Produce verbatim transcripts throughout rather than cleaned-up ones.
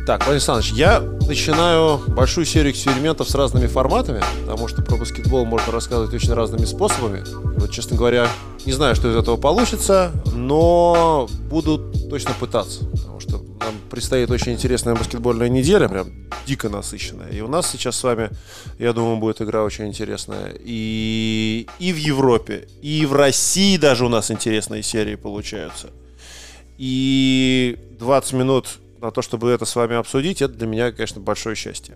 Так, Владимир Александрович, я начинаю большую серию экспериментов с разными форматами, потому что про баскетбол можно рассказывать очень разными способами. Вот, честно говоря, не знаю, что из этого получится, но буду точно пытаться, потому что нам предстоит очень интересная баскетбольная неделя, прям дико насыщенная. И у нас сейчас с вами, я думаю, будет игра очень интересная. И, и в Европе, и в России даже у нас интересные серии получаются. И двадцать минут на то, чтобы это с вами обсудить, это для меня, конечно, большое счастье.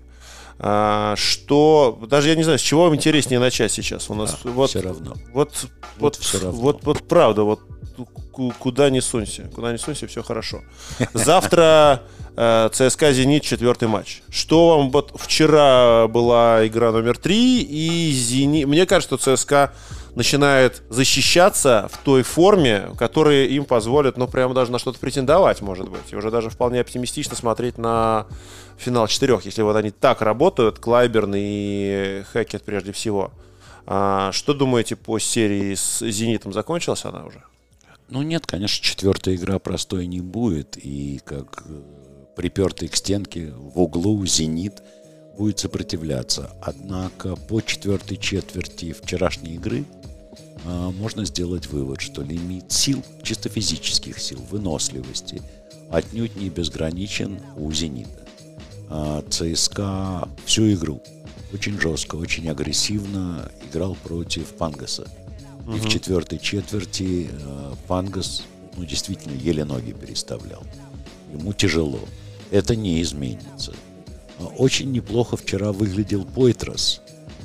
А, что, даже я не знаю, с чего вам интереснее начать сейчас. У нас а, вот, все равно. Вот, вот, вот, вот, все равно. вот, вот правда, вот куда ни сунься, куда ни сунься, все хорошо. Завтра э, ЦСКА «Зенит», четвертый матч. Что вам, вот вчера была игра номер три, и Зенит, мне кажется, что ЦСКА начинает защищаться в той форме, которая им позволит, ну, прямо даже на что-то претендовать, может быть. И уже даже вполне оптимистично смотреть на финал четырех, если вот они так работают, Клайберн и Хекет прежде всего. А, что думаете по серии с «Зенитом»? Закончилась она уже? Ну нет, конечно, четвертая игра простой не будет. И как припертый к стенке в углу «Зенит» будет сопротивляться. Однако по четвертой четверти вчерашней игры а, можно сделать вывод, что лимит сил, чисто физических сил, выносливости отнюдь не безграничен у «Зенита». А, ЦСКА всю игру очень жестко, очень агрессивно играл против Пангаса. И в четвертой четверти а, Пангас, ну, действительно еле ноги переставлял. Ему тяжело. Это не изменится. Очень неплохо вчера выглядел Пойтрас.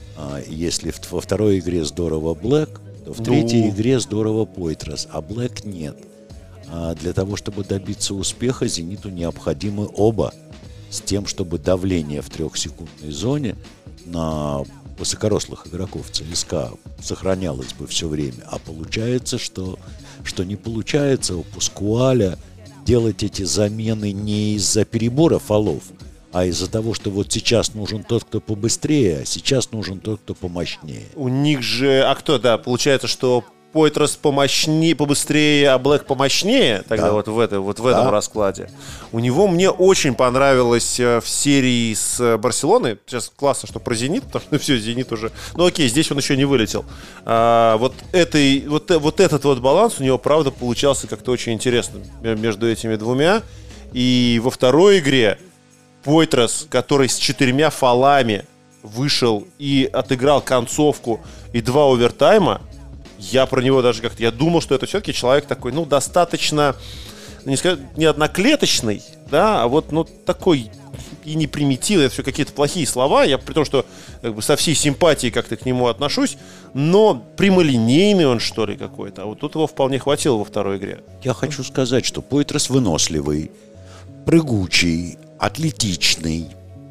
Если во второй игре здорово Блэк, то в третьей ну... игре здорово Пойтрас, а Блэк нет. Для того, чтобы добиться успеха, «Зениту» необходимы оба, с тем, чтобы давление в трехсекундной зоне на высокорослых игроков ЦСКА сохранялось бы все время. А получается, что, что не получается у Паскуаля делать эти замены не из-за перебора фолов, а из-за того, что вот сейчас нужен тот, кто побыстрее, а сейчас нужен тот, кто помощнее. У них же... А кто, да, получается, что Пойтрас помощнее, побыстрее, а Блэк помощнее, тогда да. вот в, это, вот в этом да. раскладе. У него мне очень понравилось в серии с Барселоной. Сейчас классно, что про «Зенит», потому что ну, все, «Зенит» уже... Ну окей, здесь он еще не вылетел. А, вот, этой, вот, вот этот вот баланс у него, правда, получался как-то очень интересным между этими двумя. И во второй игре Пойтрас, который с четырьмя фолами вышел и отыграл концовку и два овертайма, я про него даже как-то... Я думал, что это все-таки человек такой, ну, достаточно, не сказать, не одноклеточный, да, а вот, ну, такой и не примитивный, это все какие-то плохие слова, я при том, что как бы со всей симпатией как-то к нему отношусь, но прямолинейный он, что ли, какой-то, а вот тут его вполне хватило во второй игре. Я хочу сказать, что Пойтрас выносливый, прыгучий, атлетичный,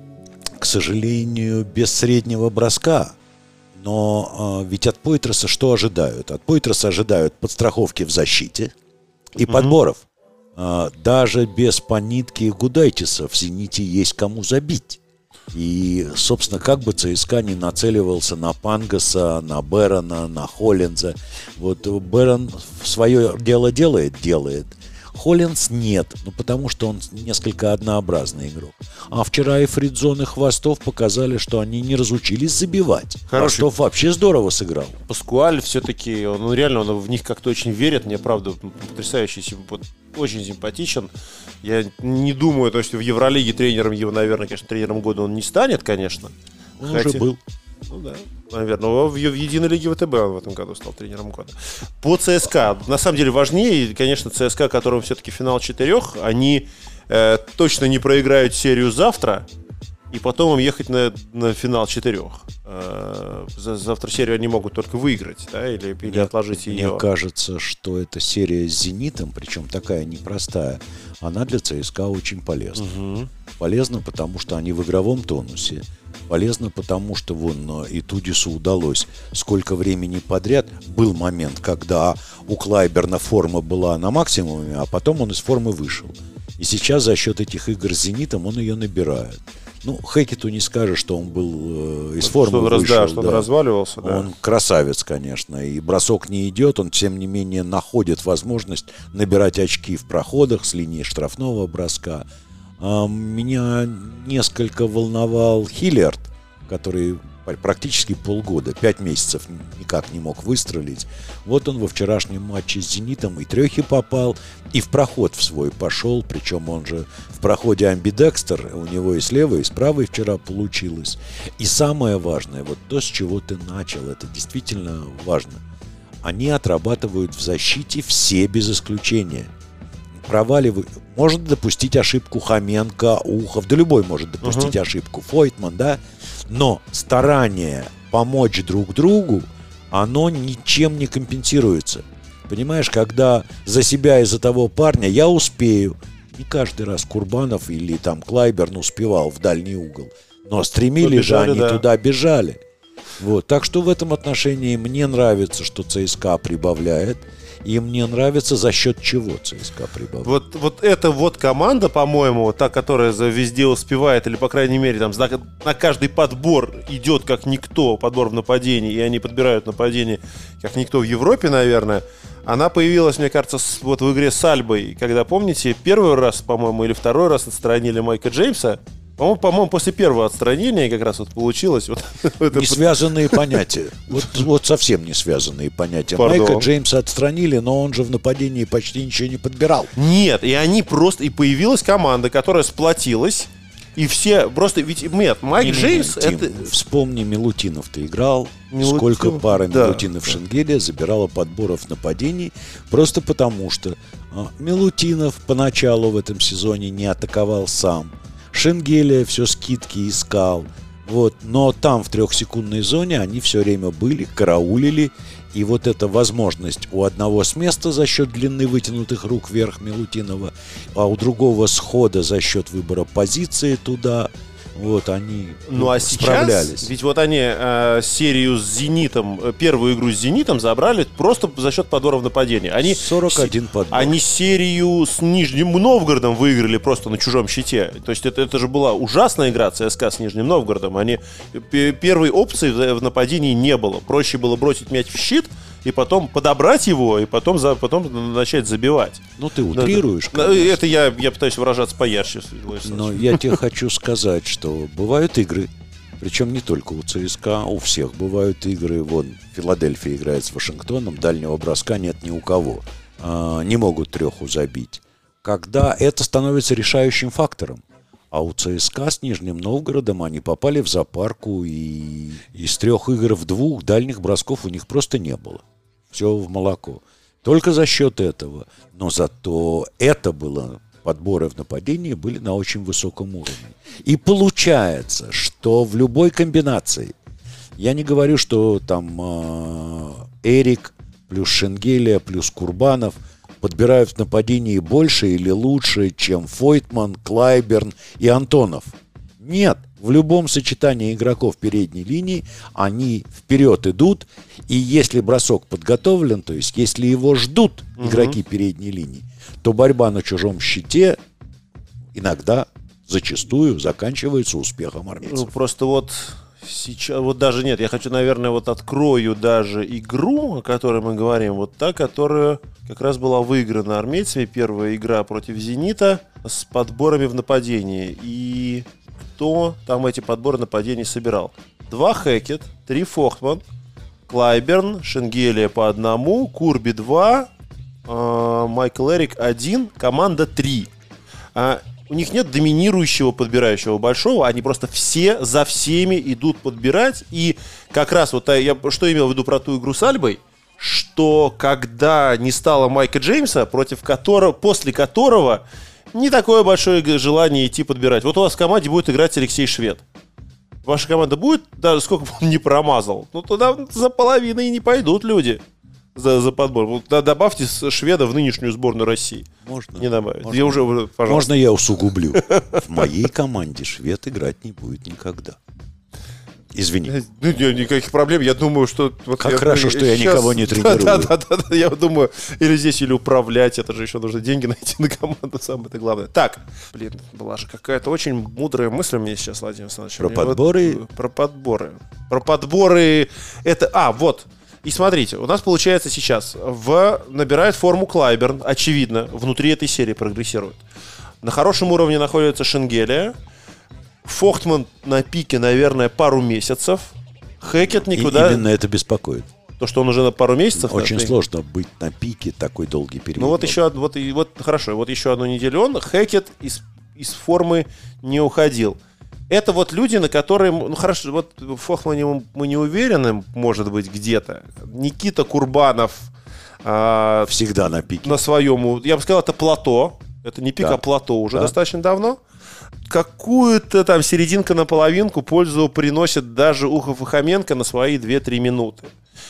к сожалению, без среднего броска. Но э, ведь от Пойтраса что ожидают? От Пойтраса ожидают подстраховки в защите и mm-hmm. подборов. Э, даже без Панитки и Гудайтиса в «Зените» есть кому забить. И, собственно, как бы ЦСКА не нацеливался на Пангаса, на Берона, на Холлинза. Вот Берон свое дело делает, делает. Холлинс нет, ну потому что он несколько однообразный игрок. А вчера и Фридзон, и Хвостов показали, что они не разучились забивать. Хороший. Хвостов вообще здорово сыграл. Паскуаль все-таки, ну реально, он в них как-то очень верит. Мне, правда, потрясающий, очень симпатичен. Я не думаю, то, что в Евролиге тренером его, наверное, конечно, тренером года он не станет, конечно. Он Хотя... уже был. Ну да, наверное. В, в Единой лиге ВТБ он в этом году стал тренером года. По ЦСКА, на самом деле важнее, конечно, ЦСКА, которым все-таки финал четырех, они э, точно не проиграют серию завтра, и потом им ехать на, на финал четырех. Э, завтра серию они могут только выиграть, да, или, или мне, отложить ее. Мне кажется, что эта серия с «Зенитом», причем такая непростая, она для ЦСКА очень полезна. Угу. Полезна, потому что они в игровом тонусе. Полезно, потому что вон и Тудису удалось сколько времени подряд. Был момент, когда у Клайберна форма была на максимуме, а потом он из формы вышел. И сейчас за счет этих игр с «Зенитом» он ее набирает. Ну, Хекету не скажешь, что он был э, из формы что вышел. Да, что да. он разваливался. Да. Он красавец, конечно. И бросок не идет, он, тем не менее, находит возможность набирать очки в проходах с линии штрафного броска. Меня несколько волновал Хиллиард, который практически полгода, пять месяцев никак не мог выстрелить. Вот он во вчерашнем матче с «Зенитом» и трехи попал, и в проход в свой пошел, причем он же в проходе амбидекстер, у него и с левой, и с правой вчера получилось. И самое важное, вот то, с чего ты начал, это действительно важно. Они отрабатывают в защите все без исключения. Проваливают. Может допустить ошибку Хоменко, Ухов, да любой может допустить uh-huh. ошибку, Фойтман, да. Но старание помочь друг другу, оно ничем не компенсируется. Понимаешь, когда за себя и за того парня я успею. Не каждый раз Курбанов или там Клайберн успевал в дальний угол. Но стремились же они да. туда, бежали. Вот. Так что в этом отношении мне нравится, что ЦСКА прибавляет. И мне нравится, за счет чего ЦСКА прибавляет. Вот, вот эта вот команда, по-моему, вот та, которая везде успевает, или, по крайней мере, там на, на каждый подбор идет как никто, подбор в нападении, и они подбирают нападение как никто в Европе, наверное. Она появилась, мне кажется, с, вот в игре с Альбой, когда, помните, первый раз, по-моему, или второй раз отстранили Майка Джеймса. По-моему, по-моему, после первого отстранения как раз вот получилось. Вот, не связанные понятия. Вот, вот совсем не связанные понятия. Пардон. Майка Джеймса отстранили, но он же в нападении почти ничего не подбирал. Нет, и они просто... И появилась команда, которая сплотилась. И все просто... Ведь нет, Майк не, Джеймс... Не, не, Тим, это... Вспомни, Милутинов-то играл. Милутинов, сколько пара да, Милутинов да. Шенгеля забирала подборов нападений. Просто потому, что а, Милутинов поначалу в этом сезоне не атаковал сам. Шенгеля все скидки искал. Вот. Но там в трехсекундной зоне они все время были, караулили. И вот эта возможность у одного с места за счет длины вытянутых рук вверх Милутинова, а у другого схода за счет выбора позиции туда. Вот они ну, а справлялись. Сейчас, ведь вот они э, серию с «Зенитом», первую игру с «Зенитом» забрали просто за счет подбора в нападении. Они, сорок один подбор. Они серию с Нижним Новгородом выиграли просто на чужом щите. То есть это, это же была ужасная игра ЦСКА с Нижним Новгородом. Они, первой опции в нападении не было. Проще было бросить мяч в щит и потом подобрать его, и потом, за, потом начать забивать. Ну, ты утрируешь, конечно. Это я, я пытаюсь выражаться поярче. Но я тебе хочу сказать, что бывают игры, причем не только у ЦСКА, у всех бывают игры. Вон, Филадельфия играет с Вашингтоном, дальнего броска нет ни у кого. А, не могут треху забить. Когда это становится решающим фактором. А у ЦСКА с Нижним Новгородом они попали в запарку, и из трех игр в двух дальних бросков у них просто не было. Все в молоко. Только за счет этого. Но зато это было, подборы в нападении были на очень высоком уровне. И получается, что в любой комбинации, я не говорю, что там э, Эрик плюс Шенгеля плюс Курбанов подбирают в нападении больше или лучше, чем Фойтман, Клайберн и Антонов. Нет, в любом сочетании игроков передней линии они вперед идут, и если бросок подготовлен, то есть если его ждут игроки угу. передней линии, то борьба на чужом щите иногда, зачастую, заканчивается успехом армейцев. Ну, просто вот сейчас, вот даже нет, я хочу, наверное, вот открою даже игру, о которой мы говорим, вот та, которая как раз была выиграна армейцами, первая игра против «Зенита» с подборами в нападении. И кто там эти подборы нападений собирал? Два Хекет, три Фохтман, Клайберн, Шенгелия по одному, Курби два, э, Майкл Эрик один, команда три. А у них нет доминирующего подбирающего большого, они просто все за всеми идут подбирать. И как раз вот я что имел в виду про ту игру с Альбой, что когда не стало Майка Джеймса, против которого, после которого не такое большое желание идти подбирать. Вот у вас в команде будет играть Алексей Швед. Ваша команда будет, даже сколько бы он не промазал, ну туда за половиной и не пойдут люди за, за подбор. Вот, да, добавьте Шведа в нынешнюю сборную России. Можно. Не добавить. Можно, я уже, пожалуйста. Можно я усугублю. В моей команде Швед играть не будет никогда. Извини. Ну, никаких проблем. Я думаю, что... Вот как я, хорошо, что сейчас... я никого не тренирую. Да, да, да, да. Я думаю, или здесь, или управлять. Это же еще нужно деньги найти на команду. Самое-то главное. Так, блин, была же какая-то очень мудрая мысль у меня сейчас, Владимир Александрович. Про подборы? Вот, про подборы. Про подборы... Это... А, вот. И смотрите, у нас получается сейчас в... набирает форму Клайберн, очевидно, внутри этой серии прогрессирует. На хорошем уровне находится Шенгелия. Фохтман на пике, наверное, пару месяцев. Хэкет никуда... И именно это беспокоит. То, что он уже на пару месяцев... Очень на... сложно быть на пике такой долгий период. Ну вот еще, вот, вот, хорошо, вот еще одну неделю он, Хэкет из, из формы не уходил. Это вот люди, на которые... Ну хорошо, вот в Фохтмане мы не уверены, может быть, где-то. Никита Курбанов... А, всегда на пике. На своем... Я бы сказал, это плато. Это не пик, да. а плато уже да. достаточно давно. Какую-то там серединка на половинку пользу приносит даже Ухов и Хоменко на свои две-три минуты.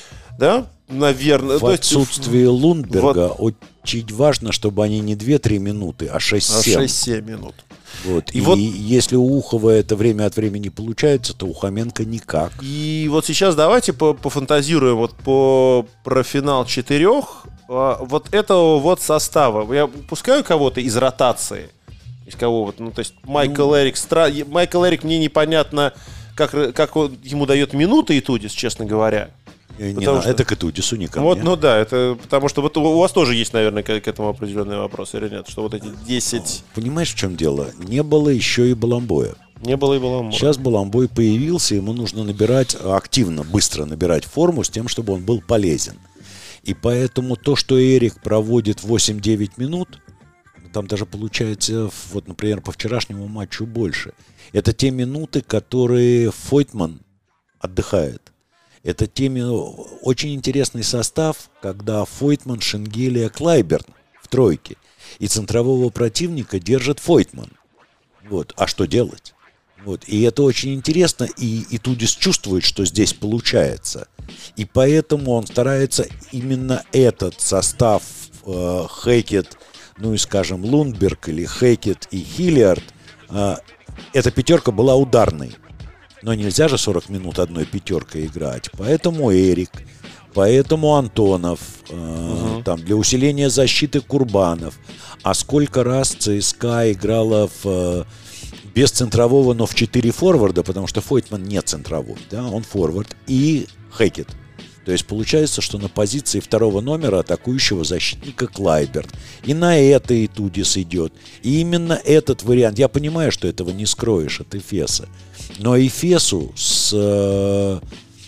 Да? Наверное. В То отсутствии есть, Лундберга вот, очень важно, чтобы они не две-три минуты, а шесть-семь. А шесть-семь минут. Вот. И, и вот, если у Ухова это время от времени получается, то у Хоменко никак. И вот сейчас давайте пофантазируем вот по, про финал четырех. Вот этого вот состава. Я пускаю кого-то из ротации. Из кого вот, ну, то есть Майкл ну, Эрик, стра... Майкл Эрик мне непонятно, как, как он, ему дает минуты Итудис, честно говоря. Не, что... Это к Итудису, не ко вот, мне. Ну да, это потому что вот у вас тоже есть, наверное, к, к этому определенный вопрос, или нет? Что вот эти десять... Понимаешь, в чем дело? Не было еще и Баламбоя. Не было и Баламбоя. Сейчас Баламбой появился, ему нужно набирать, активно, быстро набирать форму с тем, чтобы он был полезен. И поэтому то, что Эрик проводит восемь-девять минут... Там даже получается, вот, например, по вчерашнему матчу больше. Это те минуты, которые Фойтман отдыхает. Это те минуты... Очень интересный состав, когда Фойтман, Шенгелия, Клайберн в тройке. И центрового противника держит Фойтман. Вот. А что делать? Вот. И это очень интересно. И Итудис чувствует, что здесь получается. И поэтому он старается именно этот состав э, Хэкет, ну и, скажем, Лундберг или Хэкет и Хиллиард, э, эта пятерка была ударной. Но нельзя же сорок минут одной пятеркой играть. Поэтому Эрик, поэтому Антонов, э, угу. там, для усиления защиты Курбанов. А сколько раз ЦСКА играла в, э, без центрового, но в четыре форварда, потому что Фойтман не центровой, да, он форвард, и Хэкет. То есть получается, что на позиции второго номера атакующего защитника Клайберн. И на это Итудис идет. И именно этот вариант. Я понимаю, что этого не скроешь от Эфеса. Но Эфесу с э,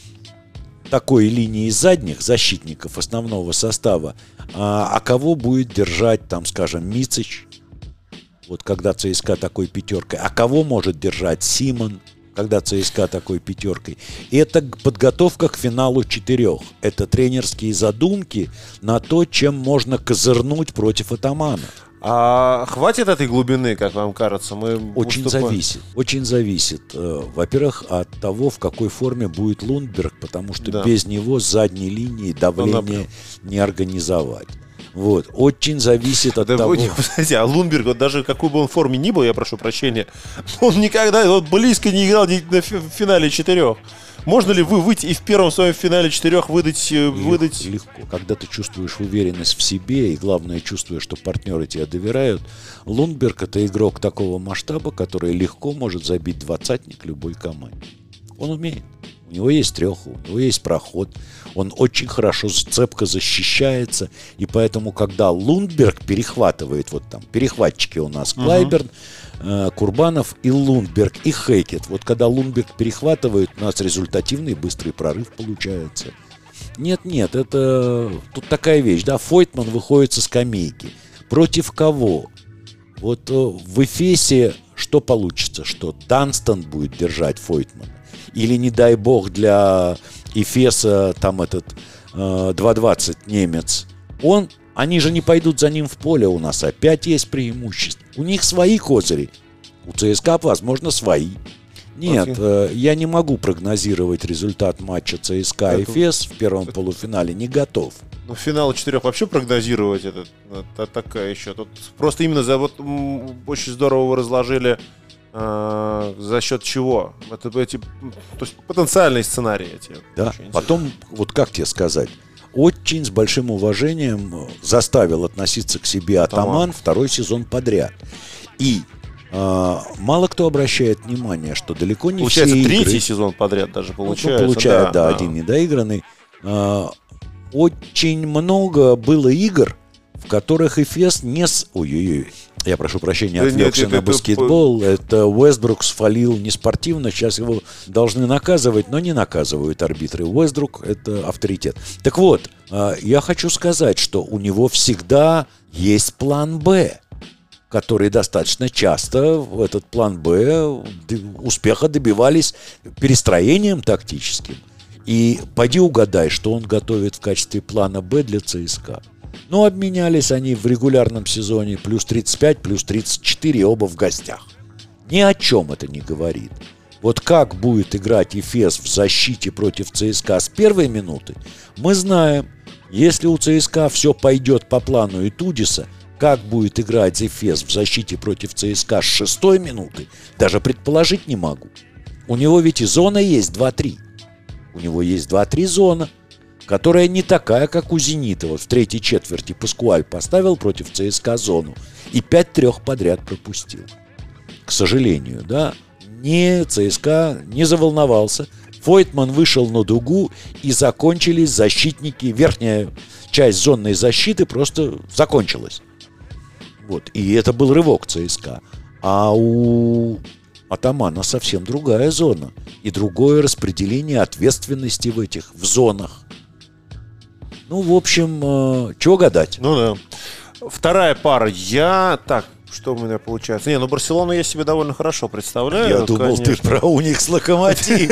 такой линией задних защитников основного состава, а, а кого будет держать, там, скажем, Мицич, вот когда ЦСКА такой пятеркой, а кого может держать Симон, когда ЦСКА такой пятеркой. И это подготовка к финалу четырех. Это тренерские задумки на то, чем можно козырнуть против атамана. А хватит этой глубины, как вам кажется? Мы очень уступаем. зависит. Очень зависит. Во-первых, от того, в какой форме будет Лундберг, потому что да. без него с задней линии давление не организовать. Вот. Очень зависит от да, того... Кстати, а Лундберг, вот даже какой бы он форме ни был, я прошу прощения, он никогда вот, близко не играл на финале четырех. Можно ли вы выйти и в первом своем финале четырех выдать... выдать... Легко. Когда ты чувствуешь уверенность в себе и, главное, чувствуешь, что партнеры тебе доверяют, Лундберг — это игрок такого масштаба, который легко может забить двадцатник любой команде. Он умеет. У него есть треха, у него есть проход. Он очень хорошо, цепко защищается. И поэтому, когда Лундберг перехватывает, вот там перехватчики у нас, uh-huh. Клайберн, э, Курбанов и Лундберг, и Хэкет. Вот когда Лундберг перехватывает, у нас результативный быстрый прорыв получается. Нет-нет, это тут такая вещь. Да, Фойтман выходит со скамейки. Против кого? Вот э, в Эфесе что получится? Что Данстон будет держать Фойтмана? Или, не дай бог, для Эфеса там этот э, два двадцать немец. Он, они же не пойдут за ним в поле, у нас опять есть преимущество. У них свои козыри. У ЦСКА, возможно, свои. Нет, э, я не могу прогнозировать результат матча ЦСКА-Эфес в первом это... полуфинале. Не готов. Ну, финал четырех вообще прогнозировать это, это такая еще. Тут просто именно за вот очень здорово вы разложили. А, за счет чего? Это эти, то есть потенциальные сценарии эти. Да. Потом, вот как тебе сказать, очень с большим уважением заставил относиться к себе атаман, атаман второй сезон подряд. И а, мало кто обращает внимание, что далеко не получается, все третий игры, сезон подряд даже получается. Ну, получает, да, да, да, один недоигранный. А, очень много было игр, в которых Эфес не... Ой-ой-ой. Я прошу прощения, отвлекся на баскетбол. Это Уэстбрук сфалил не спортивно. Сейчас его должны наказывать, но не наказывают арбитры. Уэстбрук – это авторитет. Так вот, я хочу сказать, что у него всегда есть план «Б», который достаточно часто в этот план «Б» успеха добивались перестроением тактическим. И пойди угадай, что он готовит в качестве плана «Б» для ЦСКА. Ну, обменялись они в регулярном сезоне плюс тридцать пять, плюс тридцать четыре, оба в гостях. Ни о чем это не говорит. Вот как будет играть Эфес в защите против ЦСКА с первой минуты, мы знаем. Если у ЦСКА все пойдет по плану Итудиса, как будет играть Эфес в защите против ЦСКА с шестой минуты, даже предположить не могу. У него ведь и зона есть два-три. У него есть два-три зона, которая не такая, как у «Зенита». Вот в третьей четверти Паскуаль поставил против ЦСКА зону и пять трех подряд пропустил. К сожалению, да, не ЦСКА не заволновался. Фойтман вышел на дугу, и закончились защитники. Верхняя часть зонной защиты просто закончилась. Вот. И это был рывок ЦСКА. А у Атамана совсем другая зона. И другое распределение ответственности в этих, в зонах. Ну, в общем, э, чего гадать? Ну да. Вторая пара. Я... Так, что у меня получается? Не, ну Барселону я себе довольно хорошо представляю. Я думал, конечно. Ты про Уникс Локомотив.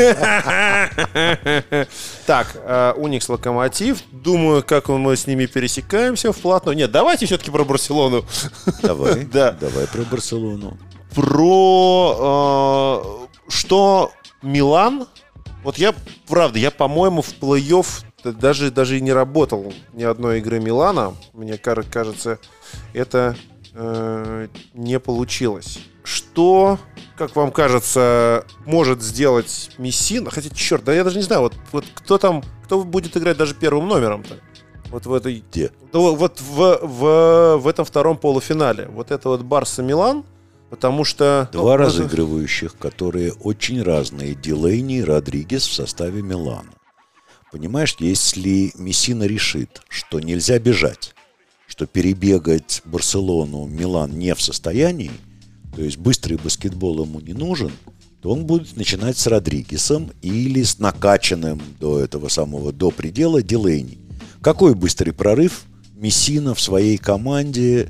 Так, Уникс Локомотив. Думаю, как мы с ними пересекаемся вплотную. Нет, давайте все-таки про Барселону. Давай, давай про Барселону. Про что Милан. Вот я, правда, я, по-моему, в плей-офф даже, даже и не работал ни одной игры Милана. Мне кажется, это э, не получилось. Что, как вам кажется, может сделать Мессина? Хотя, черт, да я даже не знаю, вот, вот кто там, кто будет играть даже первым номером-то? Вот в этой... Где? Ну, вот в, в, в этом втором полуфинале. Вот это вот Барса-Милан, потому что... Два ну, разыгрывающих, которые очень разные. Дилейни и Родригес в составе Милана. Понимаешь, если Мессина решит, что нельзя бежать, что перебегать Барселону Милан не в состоянии, то есть быстрый баскетбол ему не нужен, то он будет начинать с Родригесом или с накачанным до этого самого, до предела Дилейни. Какой быстрый прорыв Мессина в своей команде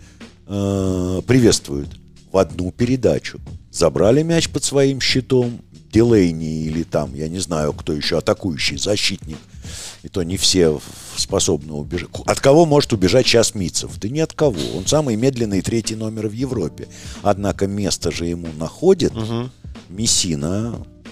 э, приветствует? В одну передачу. Забрали мяч под своим щитом, Дилейни или там, я не знаю, кто еще, атакующий защитник. И то не все способны убежать. От кого может убежать сейчас Мицев? Да ни от кого. Он самый медленный третий номер в Европе. Однако место же ему находит угу. Мессина,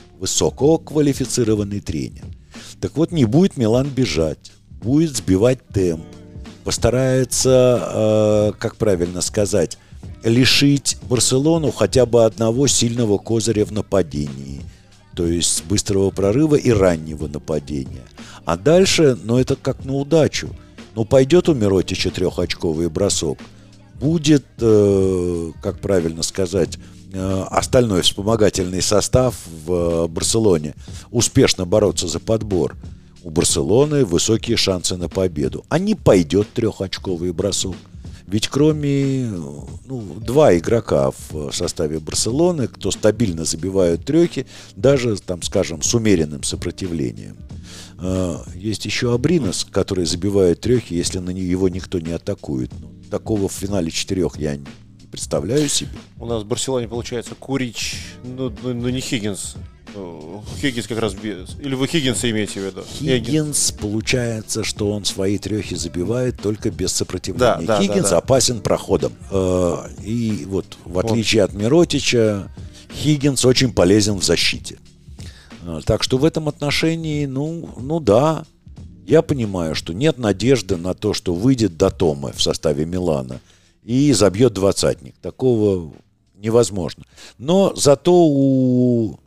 высококвалифицированный тренер. Так вот, не будет Милан бежать. Будет сбивать темп. Постарается, э, как правильно сказать, лишить Барселону хотя бы одного сильного козыря в нападении. То есть быстрого прорыва и раннего нападения. А дальше, ну это как на удачу. Ну пойдет у Миротича трехочковый бросок. Будет, э, как правильно сказать, э, остальной вспомогательный состав в э, Барселоне успешно бороться за подбор. У Барселоны высокие шансы на победу. А не пойдет трехочковый бросок. Ведь кроме ну, два игрока в составе Барселоны, кто стабильно забивают трехи, даже, там, скажем, с умеренным сопротивлением. Есть еще Абринос, который забивает трехи, если на его никто не атакует. Ну, такого в финале четырех я не представляю себе. У нас в Барселоне получается Курич, ну, ну, ну не Хиггинс. Хиггинс как раз без. Или вы Хиггинса имеете в виду? Хиггинс, получается, что он свои трехи забивает только без сопротивления. Да, да, Хиггинс да, да. опасен проходом. И вот в отличие вот. от Миротича, Хиггинс очень полезен в защите. Так что в этом отношении, ну, ну да, я понимаю, что нет надежды на то, что выйдет Датоме в составе Милана и забьет двадцатник. Такого невозможно. Но зато у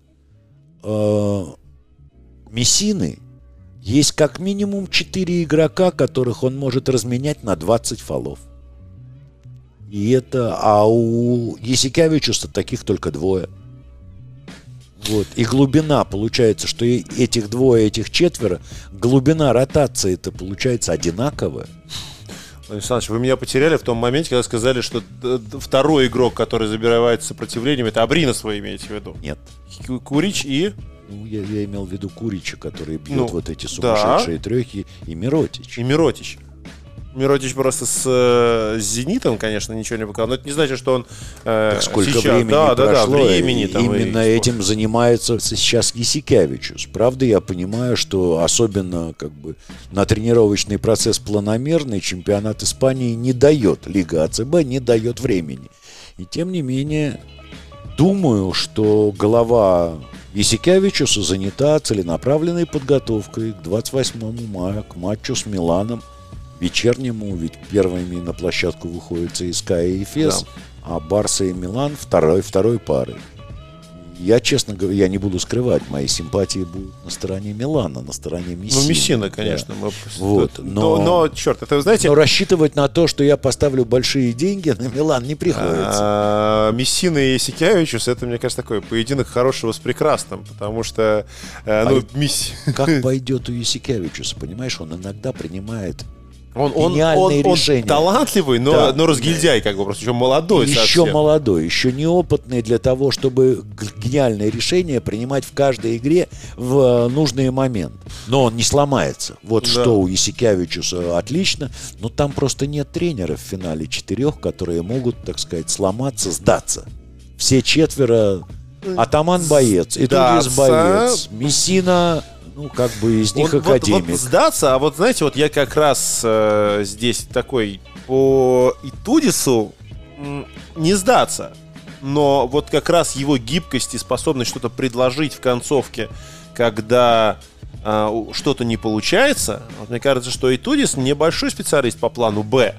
Мессины есть как минимум четыре игрока, которых он может разменять на двадцать фолов. И это, а у Ясикевичуса таких только двое. Вот. И глубина, получается, что этих двое, этих четверо, глубина ротации-то получается одинаковая. Александр, вы меня потеряли в том моменте, когда сказали, что второй игрок, который забирает сопротивлением, это Абринос, вы имеете в виду? Нет. Курич и... Ну, я, я имел в виду Курича, который бьет ну, вот эти сумасшедшие да. трехи, и Миротич. И Миротич. Миротич просто с, с «Зенитом», конечно, ничего не показал. Но это не значит, что он э, так сколько сейчас... времени да, прошло, да, да, времени там именно и... этим занимается сейчас Ясикевичус. Правда, я понимаю, что особенно как бы на тренировочный процесс планомерный чемпионат Испании не дает, Лига АЦБ не дает времени. И тем не менее, думаю, что голова Ясикевичуса занята целенаправленной подготовкой к двадцать восьмому мая, к матчу с Миланом, вечернему, ведь первыми на площадку выходят ЦСКА и Эфес, да. а Барса и Милан второй, второй парой. Я, честно говоря, я не буду скрывать, мои симпатии будут на стороне Милана, на стороне Мессины. Ну, Мессина, конечно. Да. Мы... Вот, но, но, но, черт, это, знаете... Но рассчитывать на то, что я поставлю большие деньги на Милан, не приходится. А, Мессина и Ясикевичус, это, мне кажется, такой поединок хорошего с прекрасным, потому что... Ну, а Месс... Как пойдет у Ясикевичуса, понимаешь, он иногда принимает... Он, он, гениальные он, решения. Он талантливый, но, да. но разгильдяй, как бы, просто еще молодой Еще совсем. молодой, еще неопытный для того, чтобы гениальные решения принимать в каждой игре в нужный момент. Но он не сломается. Вот да. что у Ясикевичуса отлично, но там просто нет тренеров в финале четырех, которые могут, так сказать, сломаться, сдаться. Все четверо... Атаман боец, Итудис боец, Мессина... Ну, как бы из них вот, академик. Вот, вот сдаться, а вот знаете, вот я как раз э, здесь такой по Итудису м, не сдаться, но вот как раз его гибкость и способность что-то предложить в концовке, когда э, что-то не получается, вот мне кажется, что Итудис небольшой специалист по плану Б.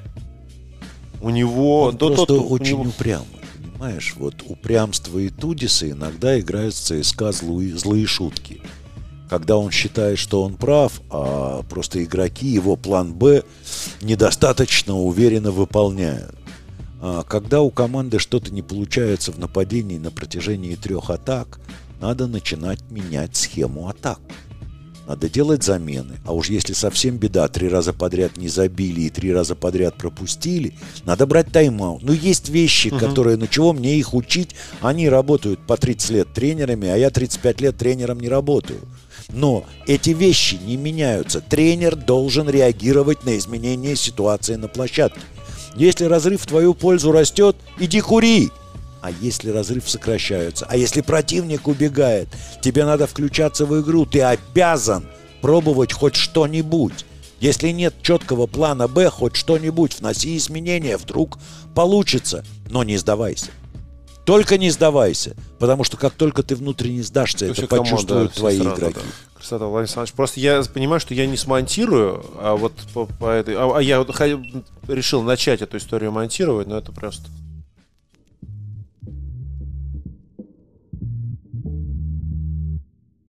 У него... Он да, просто тот, очень у него... упрямый. Понимаешь, вот упрямство Итудиса иногда играют с ЦСКА злые, злые шутки. Когда он считает, что он прав, а просто игроки его план «Б» недостаточно уверенно выполняют. А когда у команды что-то не получается в нападении на протяжении трех атак, надо начинать менять схему атак. Надо делать замены. А уж если совсем беда, три раза подряд не забили и три раза подряд пропустили, надо брать тайм-аут. Ну, есть вещи, uh-huh. которые, ну чего мне их учить? Они работают по тридцать лет тренерами, а я тридцать пять лет тренером не работаю. Но эти вещи не меняются. Тренер должен реагировать на изменение ситуации на площадке. Если разрыв в твою пользу растет, иди кури. А если разрыв сокращается, а если противник убегает, тебе надо включаться в игру. Ты обязан пробовать хоть что-нибудь. Если нет четкого плана «Б», хоть что-нибудь, вноси изменения, вдруг получится. Но не сдавайся. Только не сдавайся, потому что как только ты внутренне сдашься, это почувствуют да, твои игроки. Да. Красота, Владимир Александрович. Просто я понимаю, что я не смонтирую, а вот по, по этой, а, а я вот решил начать эту историю монтировать, но это просто